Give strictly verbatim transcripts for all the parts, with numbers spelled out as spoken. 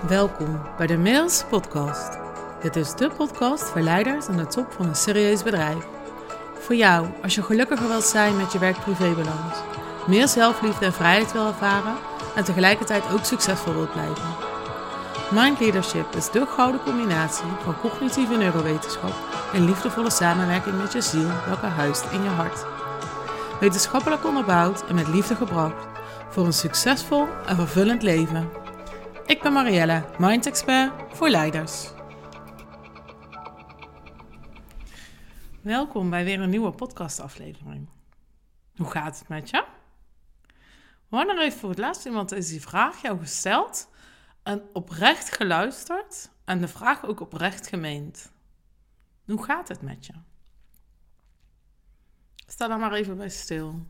Welkom bij de Mails Podcast. Dit is de podcast voor leiders aan de top van een serieus bedrijf. Voor jou, als je gelukkiger wilt zijn met je werk-privé-balans, meer zelfliefde en vrijheid wil ervaren en tegelijkertijd ook succesvol wilt blijven. Mind Leadership is de gouden combinatie van cognitieve neurowetenschap en liefdevolle samenwerking met je ziel, welke huist in je hart. Wetenschappelijk onderbouwd en met liefde gebracht voor een succesvol en vervullend leven. Ik ben Marielle, Mind Expert voor leiders. Welkom bij weer een nieuwe podcastaflevering. Hoe gaat het met je? Wanneer heeft voor het laatst iemand deze vraag jou gesteld en oprecht geluisterd en de vraag ook oprecht gemeend? Hoe gaat het met je? Sta daar maar even bij stil.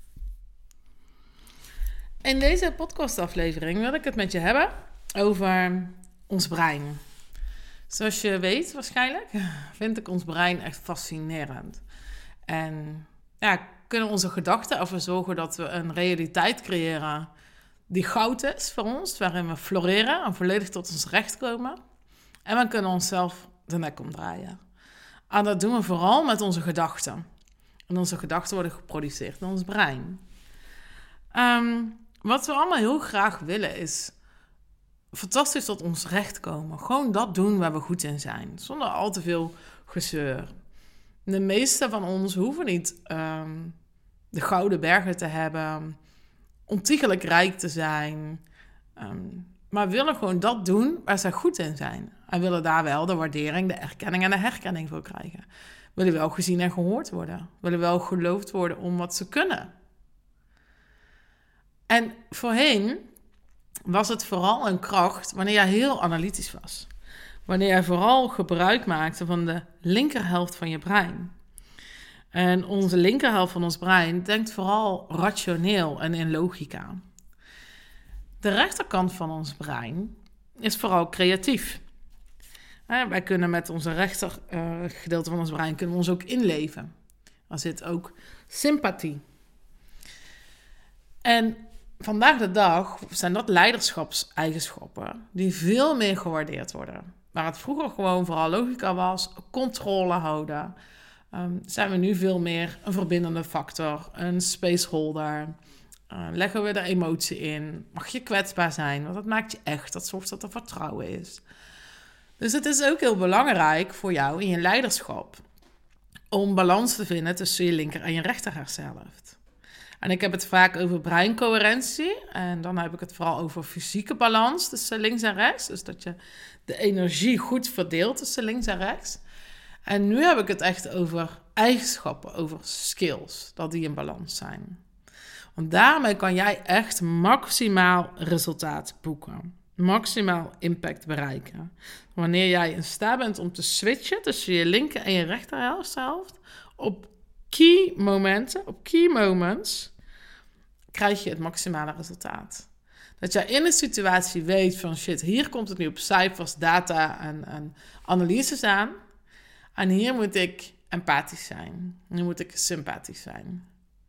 In deze podcastaflevering wil ik het met je hebben over ons brein. Zoals je weet waarschijnlijk, vind ik ons brein echt fascinerend. En ja, kunnen onze gedachten ervoor zorgen dat we een realiteit creëren die goud is voor ons, waarin we floreren en volledig tot ons recht komen. En we kunnen onszelf de nek omdraaien. En dat doen we vooral met onze gedachten. En onze gedachten worden geproduceerd in ons brein. Um, wat we allemaal heel graag willen is fantastisch tot ons recht komen. Gewoon dat doen waar we goed in zijn. Zonder al te veel gezeur. De meeste van ons hoeven niet um, de gouden bergen te hebben. Ontiegelijk rijk te zijn. Um, maar willen gewoon dat doen waar ze goed in zijn. En willen daar wel de waardering, de erkenning en de herkenning voor krijgen. Willen wel gezien en gehoord worden. Willen wel geloofd worden om wat ze kunnen. En voorheen was het vooral een kracht wanneer jij heel analytisch was. Wanneer jij vooral gebruik maakte van de linkerhelft van je brein. En onze linkerhelft van ons brein denkt vooral rationeel en in logica. De rechterkant van ons brein is vooral creatief. Wij kunnen met onze rechter uh, gedeelte van ons brein kunnen we ons ook inleven. Er zit ook sympathie. En vandaag de dag zijn dat leiderschapseigenschappen die veel meer gewaardeerd worden. Waar het vroeger gewoon vooral logica was, controle houden, um, zijn we nu veel meer een verbindende factor, een spaceholder. Uh, leggen we de emotie in, mag je kwetsbaar zijn, want dat maakt je echt, dat zorgt dat er vertrouwen is. Dus het is ook heel belangrijk voor jou in je leiderschap om balans te vinden tussen je linker en je rechter hersenhelft. En ik heb het vaak over breincoherentie. En dan heb ik het vooral over fysieke balans tussen links en rechts. Dus dat je de energie goed verdeelt tussen links en rechts. En nu heb ik het echt over eigenschappen, over skills. Dat die in balans zijn. Want daarmee kan jij echt maximaal resultaat boeken. Maximaal impact bereiken. Wanneer jij in staat bent om te switchen tussen je linker en je rechterhelft op key momenten, op key moments, krijg je het maximale resultaat. Dat jij in een situatie weet van shit, hier komt het nu op cijfers, data en, en analyses aan. En hier moet ik empathisch zijn. Nu moet ik sympathisch zijn.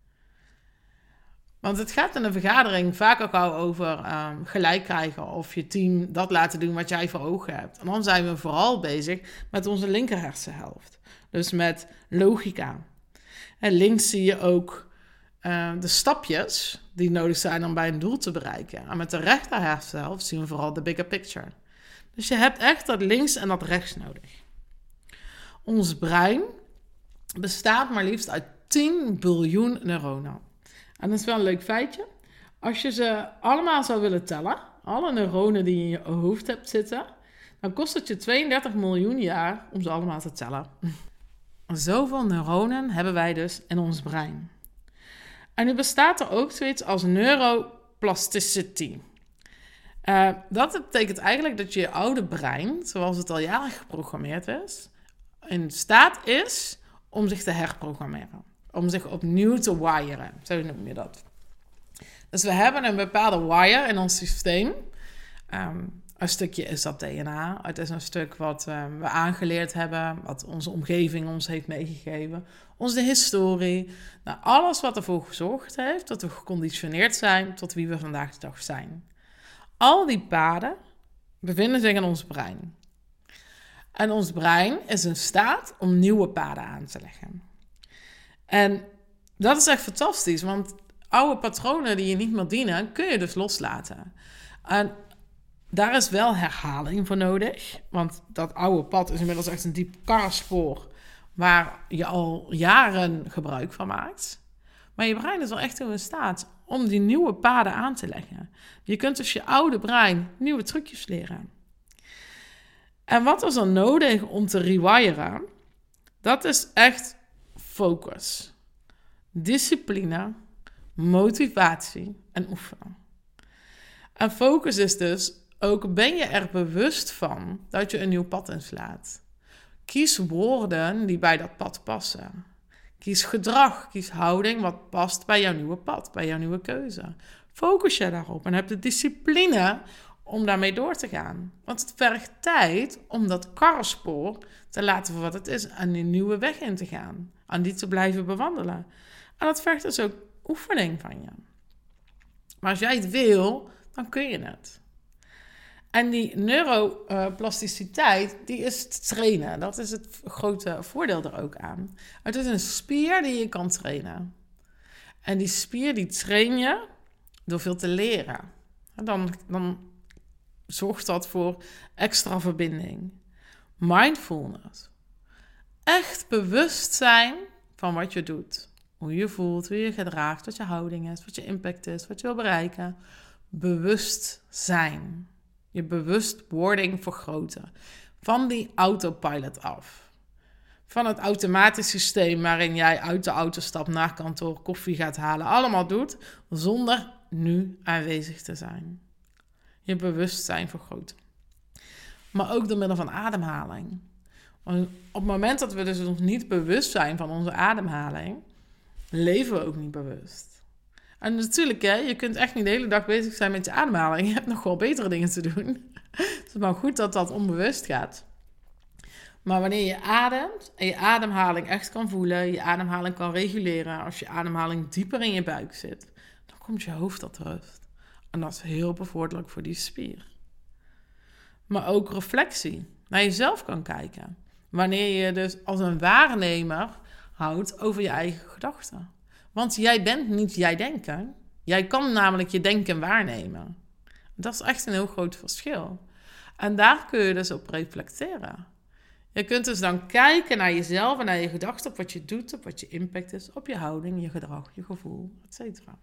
Want het gaat in een vergadering vaak ook al over um, gelijk krijgen of je team dat laten doen wat jij voor ogen hebt. En dan zijn we vooral bezig met onze linker hersenhelft. Dus met logica. En links zie je ook uh, de stapjes die nodig zijn om bij een doel te bereiken. En met de rechter hersenhelft zien we vooral de bigger picture. Dus je hebt echt dat links en dat rechts nodig. Ons brein bestaat maar liefst uit tien biljoen neuronen. En dat is wel een leuk feitje. Als je ze allemaal zou willen tellen, alle neuronen die je in je hoofd hebt zitten, dan kost het je tweeëndertig miljoen jaar om ze allemaal te tellen. Zoveel neuronen hebben wij dus in ons brein. En nu bestaat er ook zoiets als neuroplasticity. Uh, dat betekent eigenlijk dat je je oude brein, zoals het al jaren geprogrammeerd is, in staat is om zich te herprogrammeren. Om zich opnieuw te wiren, zo noem je dat. Dus we hebben een bepaalde wire in ons systeem. Um, Een stukje is dat D N A. Het is een stuk wat uh, we aangeleerd hebben, wat onze omgeving ons heeft meegegeven. Onze historie. Nou, alles wat ervoor gezorgd heeft dat we geconditioneerd zijn tot wie we vandaag de dag zijn. Al die paden bevinden zich in ons brein. En ons brein is in staat om nieuwe paden aan te leggen. En dat is echt fantastisch, want oude patronen die je niet meer dienen, kun je dus loslaten. En daar is wel herhaling voor nodig, want dat oude pad is inmiddels echt een diep karrespoor waar je al jaren gebruik van maakt. Maar je brein is wel echt in staat om die nieuwe paden aan te leggen. Je kunt dus je oude brein nieuwe trucjes leren. En wat is dan nodig om te rewiren? Dat is echt focus, discipline, motivatie en oefenen. En focus is dus ook, ben je er bewust van dat je een nieuw pad inslaat? Kies woorden die bij dat pad passen. Kies gedrag, kies houding wat past bij jouw nieuwe pad, bij jouw nieuwe keuze. Focus je daarop en heb de discipline om daarmee door te gaan. Want het vergt tijd om dat karrespoor te laten voor wat het is en die nieuwe weg in te gaan. En die te blijven bewandelen. En dat vergt dus ook oefening van je. Maar als jij het wil, dan kun je het. En die neuroplasticiteit, die is te trainen. Dat is het grote voordeel er ook aan. Het is een spier die je kan trainen. En die spier die train je door veel te leren. Dan, dan zorgt dat voor extra verbinding. Mindfulness. Echt bewust zijn van wat je doet. Hoe je voelt, hoe je gedraagt, wat je houding is, wat je impact is, wat je wil bereiken. Bewust zijn. Je bewustwording vergroten. Van die autopilot af. Van het automatisch systeem waarin jij uit de auto stapt, naar kantoor, koffie gaat halen. Allemaal doet zonder nu aanwezig te zijn. Je bewustzijn vergroten. Maar ook door middel van ademhaling. Want op het moment dat we dus nog niet bewust zijn van onze ademhaling, leven we ook niet bewust. En natuurlijk, hè, je kunt echt niet de hele dag bezig zijn met je ademhaling. Je hebt nog wel betere dingen te doen. Het is maar goed dat dat onbewust gaat. Maar wanneer je ademt en je ademhaling echt kan voelen, je ademhaling kan reguleren, als je ademhaling dieper in je buik zit, dan komt je hoofd tot rust. En dat is heel bevorderlijk voor die spier. Maar ook reflectie, naar jezelf kan kijken. Wanneer je dus als een waarnemer houdt over je eigen gedachten. Want jij bent niet jij denken. Jij kan namelijk je denken waarnemen. Dat is echt een heel groot verschil. En daar kun je dus op reflecteren. Je kunt dus dan kijken naar jezelf en naar je gedachten, op wat je doet, op wat je impact is, op je houding, je gedrag, je gevoel, et cetera.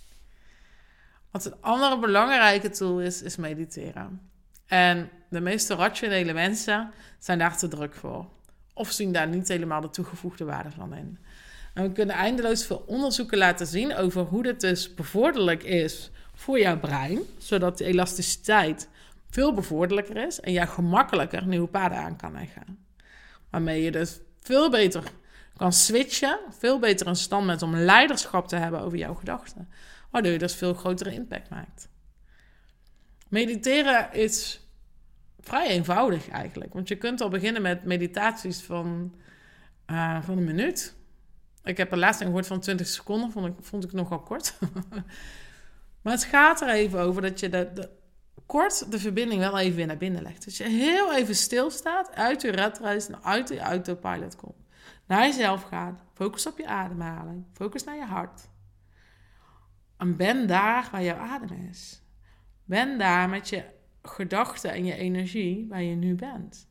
Wat een andere belangrijke tool is, is mediteren. En de meeste rationele mensen zijn daar te druk voor. Of zien daar niet helemaal de toegevoegde waarde van in. En we kunnen eindeloos veel onderzoeken laten zien over hoe dit dus bevorderlijk is voor jouw brein. Zodat de elasticiteit veel bevorderlijker is en jij gemakkelijker nieuwe paden aan kan leggen. Waarmee je dus veel beter kan switchen, veel beter in stand bent om leiderschap te hebben over jouw gedachten. Waardoor je dus veel grotere impact maakt. Mediteren is vrij eenvoudig eigenlijk. Want je kunt al beginnen met meditaties van, uh, van een minuut. Ik heb er laatst een gehoord van twintig seconden, vond ik, vond ik nogal kort. Maar het gaat er even over dat je de, de, kort de verbinding wel even weer naar binnen legt. Dat je heel even stilstaat, uit je ratrace en uit je autopilot komt. Naar jezelf gaat, focus op je ademhaling, focus naar je hart. En ben daar waar jouw adem is. Ben daar met je gedachten en je energie waar je nu bent.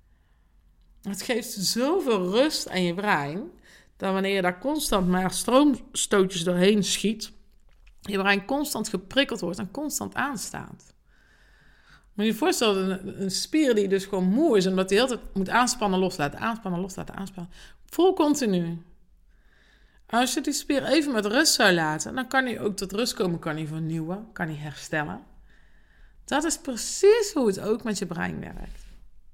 Het geeft zoveel rust aan je brein, dat wanneer je daar constant maar stroomstootjes doorheen schiet, je brein constant geprikkeld wordt en constant aanstaat. Moet je je voorstellen, een, een spier die dus gewoon moe is, omdat hij de hele tijd moet aanspannen, loslaten, aanspannen, loslaten, aanspannen. Vol continu. En als je die spier even met rust zou laten, dan kan hij ook tot rust komen, kan hij vernieuwen, kan hij herstellen. Dat is precies hoe het ook met je brein werkt.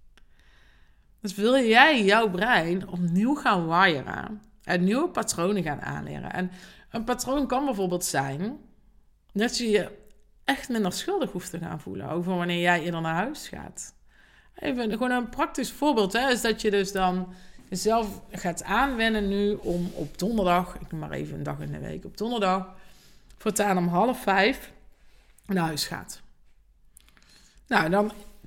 Dus wil jij jouw brein opnieuw gaan wiren en nieuwe patronen gaan aanleren. En een patroon kan bijvoorbeeld zijn dat je je echt minder schuldig hoeft te gaan voelen over wanneer jij eerder naar huis gaat. Even gewoon een praktisch voorbeeld, hè, is dat je dus dan jezelf gaat aanwennen nu om op donderdag, ik noem maar even een dag in de week, op donderdag voortaan om half vijf naar huis gaat. Nou, dan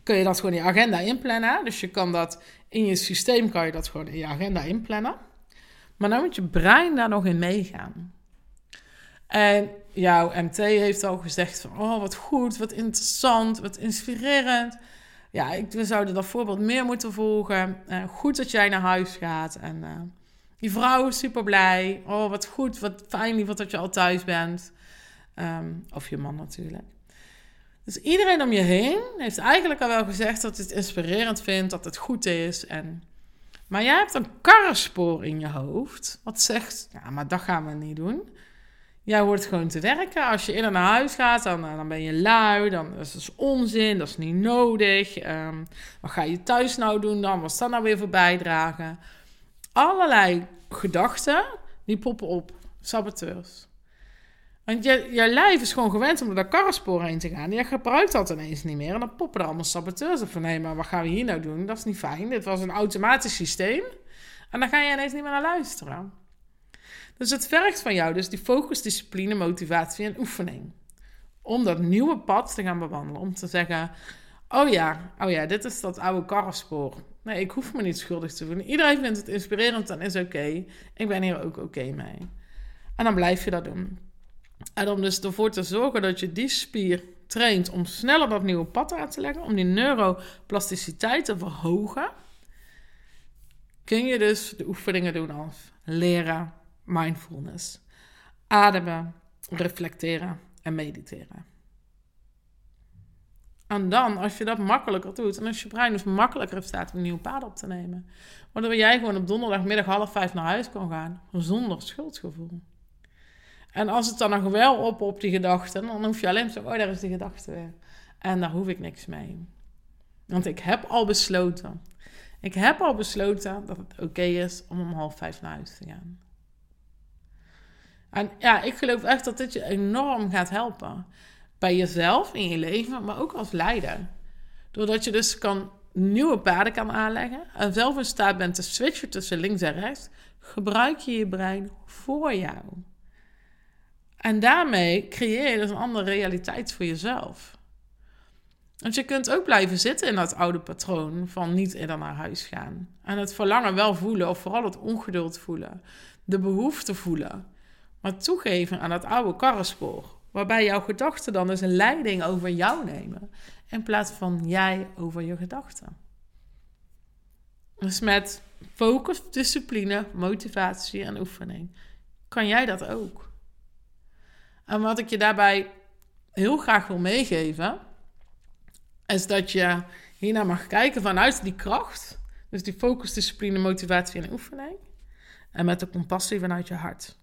kun je dat gewoon in je agenda inplannen. Dus je kan dat in je systeem, kan je dat gewoon in je agenda inplannen. Maar dan moet je brein daar nog in meegaan. En jouw M T heeft al gezegd van, oh, wat goed, wat interessant, wat inspirerend. Ja, ik, we zouden dat voorbeeld meer moeten volgen. Uh, goed dat jij naar huis gaat. En uh, die vrouw is super blij. Oh, wat goed, wat fijn, lief dat je al thuis bent. Um, of je man natuurlijk. Dus iedereen om je heen heeft eigenlijk al wel gezegd dat het inspirerend vindt, dat het goed is. En... Maar jij hebt een karrenspoor in je hoofd, wat zegt, ja, maar dat gaan we niet doen. Jij hoort gewoon te werken. Als je eerder naar huis gaat, dan, dan ben je lui. Dan is dat onzin, dat is niet nodig. Um, wat ga je thuis nou doen dan? Wat is dat nou weer voor bijdragen? Allerlei gedachten, die poppen op. Saboteurs. Want je, je lijf is gewoon gewend om door dat karrenspoor heen te gaan. Je gebruikt dat ineens niet meer. En dan poppen er allemaal saboteurs op van... nee, maar wat gaan we hier nou doen? Dat is niet fijn. Dit was een automatisch systeem. En dan ga je ineens niet meer naar luisteren. Dus het vergt van jou dus die focus, discipline, motivatie en oefening. Om dat nieuwe pad te gaan bewandelen. Om te zeggen, oh ja, oh ja, dit is dat oude karrenspoor. Nee, ik hoef me niet schuldig te voelen. Iedereen vindt het inspirerend en is oké. Okay. Ik ben hier ook oké okay mee. En dan blijf je dat doen. En om dus ervoor te zorgen dat je die spier traint om sneller dat nieuwe pad aan te leggen, om die neuroplasticiteit te verhogen, kun je dus de oefeningen doen als leren, mindfulness, ademen, reflecteren en mediteren. En dan, als je dat makkelijker doet, en als je brein dus makkelijker in staat om een nieuwe paden op te nemen, waardoor jij gewoon op donderdagmiddag half vijf naar huis kan gaan, zonder schuldgevoel. En als het dan nog wel op op die gedachten, dan hoef je alleen te zeggen, oh, daar is die gedachte weer. En daar hoef ik niks mee. Want ik heb al besloten. Ik heb al besloten dat het oké okay is om om half vijf naar huis te gaan. En ja, ik geloof echt dat dit je enorm gaat helpen. Bij jezelf, in je leven, maar ook als leider. Doordat je dus kan, nieuwe paden kan aanleggen en zelf in staat bent te switchen tussen links en rechts, gebruik je je brein voor jou. En daarmee creëer je dus een andere realiteit voor jezelf. Want je kunt ook blijven zitten in dat oude patroon van niet eerder naar huis gaan. En het verlangen wel voelen, of vooral het ongeduld voelen. De behoefte voelen. Maar toegeven aan dat oude karrenspoor. Waarbij jouw gedachten dan dus een leiding over jou nemen. In plaats van jij over je gedachten. Dus met focus, discipline, motivatie en oefening kan jij dat ook. En wat ik je daarbij heel graag wil meegeven, is dat je hiernaar mag kijken vanuit die kracht. Dus die focus, discipline, motivatie en oefening. En met de compassie vanuit je hart.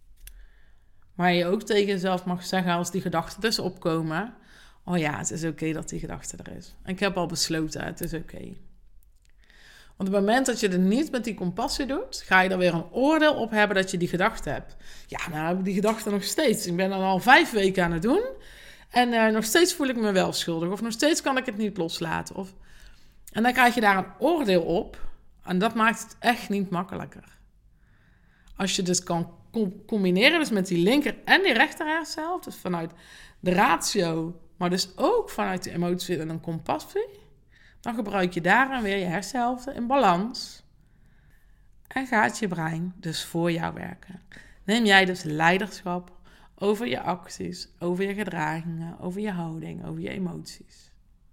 Maar je ook tegen jezelf mag zeggen als die gedachten dus opkomen. Oh ja, het is oké okay dat die gedachte er is. En ik heb al besloten, het is oké. Okay. Want op het moment dat je er niet met die compassie doet, ga je er weer een oordeel op hebben dat je die gedachte hebt. Ja, nou heb ik die gedachte nog steeds. Ik ben er al vijf weken aan het doen. En uh, nog steeds voel ik me wel schuldig. Of nog steeds kan ik het niet loslaten. Of... En dan krijg je daar een oordeel op. En dat maakt het echt niet makkelijker. Als je dus kan combineren dus met die linker en die rechter hersenhelft. Dus vanuit de ratio, maar dus ook vanuit de emotie en een compassie. Dan gebruik je daarin weer je hersenhelften in balans. En gaat je brein dus voor jou werken. Neem jij dus leiderschap over je acties, over je gedragingen, over je houding, over je emoties.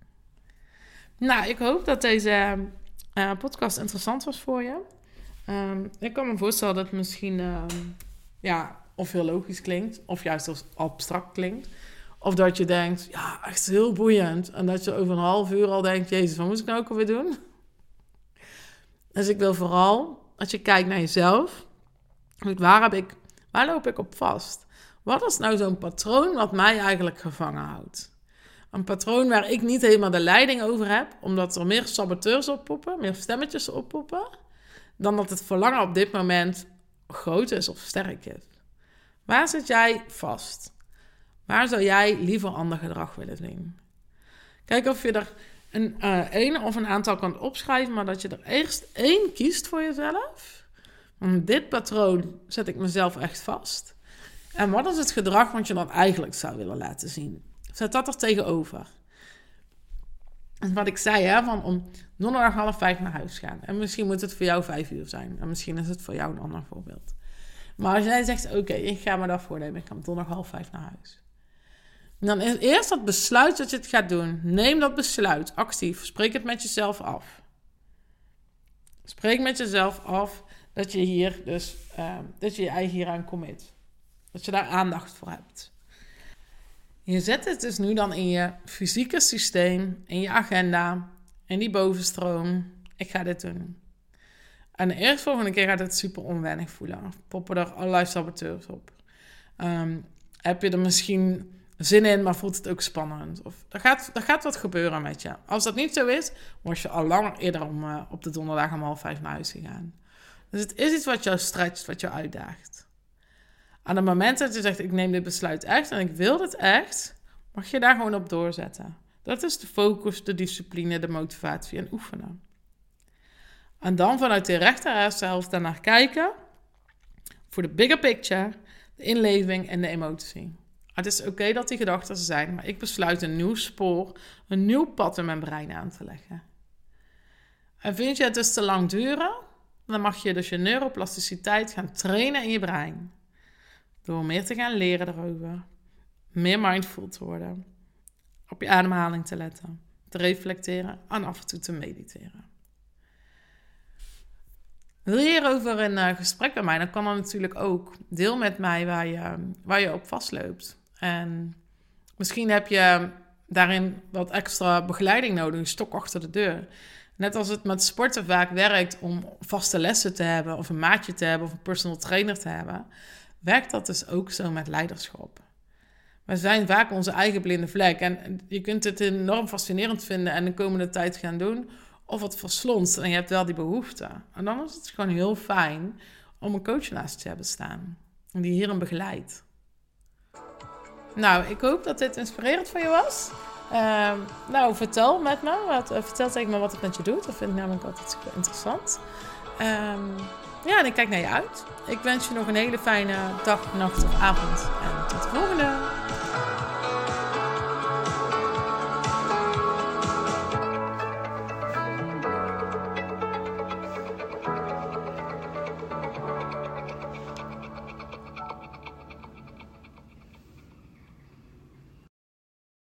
Nou, ik hoop dat deze uh, podcast interessant was voor je. Um, ik kan me voorstellen dat het misschien um, ja, of heel logisch klinkt, of juist als abstract klinkt. Of dat je denkt, ja, echt heel boeiend. En dat je over een half uur al denkt, jezus, wat moet ik nou ook alweer doen? Dus ik wil vooral, als je kijkt naar jezelf, waar, heb ik, waar loop ik op vast? Wat is nou zo'n patroon wat mij eigenlijk gevangen houdt? Een patroon waar ik niet helemaal de leiding over heb, omdat er meer saboteurs oppoppen, meer stemmetjes oppoppen, dan dat het verlangen op dit moment groot is of sterk is. Waar zit jij vast? Waar zou jij liever ander gedrag willen zien? Kijk of je er een uh, een of een aantal kan opschrijven, maar dat je er eerst één kiest voor jezelf. Want dit patroon zet ik mezelf echt vast. En wat is het gedrag wat je dan eigenlijk zou willen laten zien? Zet dat er tegenover. En wat ik zei, hè, van om donderdag half vijf naar huis gaan. En misschien moet het voor jou vijf uur zijn. En misschien is het voor jou een ander voorbeeld. Maar als jij zegt, oké, okay, ik ga me dat voornemen. Ik ga donderdag half vijf naar huis. Dan is eerst dat besluit dat je het gaat doen. Neem dat besluit actief. Spreek het met jezelf af. Spreek met jezelf af dat je hier dus, uh, dat je je eigen hieraan commit. Dat je daar aandacht voor hebt. Je zet het dus nu dan in je fysieke systeem, in je agenda, in die bovenstroom. Ik ga dit doen. En de eerste volgende keer gaat het super onwennig voelen. Poppen er allerlei saboteurs op. Um, heb je er misschien zin in, maar voelt het ook spannend? Of er gaat, er gaat wat gebeuren met je. Als dat niet zo is, was je al lang eerder om, uh, op de donderdag om half vijf naar huis gegaan. Dus het is iets wat jou stretcht, wat jou uitdaagt. Aan het moment dat je zegt, ik neem dit besluit echt en ik wil dit echt, mag je daar gewoon op doorzetten. Dat is de focus, de discipline, de motivatie en oefenen. En dan vanuit de rechter hersenhelft daarnaar kijken voor de bigger picture, de inleving en de emotie. Het is oké okay dat die gedachten er zijn, maar ik besluit een nieuw spoor, een nieuw pad in mijn brein aan te leggen. En vind je het dus te lang duren, dan mag je dus je neuroplasticiteit gaan trainen in je brein. Door meer te gaan leren erover, meer mindful te worden, op je ademhaling te letten, te reflecteren en af en toe te mediteren. Wil je hierover een uh, gesprek met mij, dan kan dat natuurlijk ook. Deel met mij waar je, waar je op vastloopt. En misschien heb je daarin wat extra begeleiding nodig, een stok achter de deur. Net als het met sporten vaak werkt om vaste lessen te hebben, of een maatje te hebben, of een personal trainer te hebben, werkt dat dus ook zo met leiderschap. We zijn vaak onze eigen blinde vlek. En je kunt het enorm fascinerend vinden en de komende tijd gaan doen, of het verslonst en je hebt wel die behoefte. En dan is het gewoon heel fijn om een coach naast je te hebben staan. En die hierin begeleidt. Nou, ik hoop dat dit inspirerend voor je was. Uh, nou, vertel met me. Wat, uh, vertel tegen me wat het met je doet. Dat vind ik namelijk altijd super interessant. Um, ja, en ik kijk naar je uit. Ik wens je nog een hele fijne dag, nacht of avond. En tot de volgende.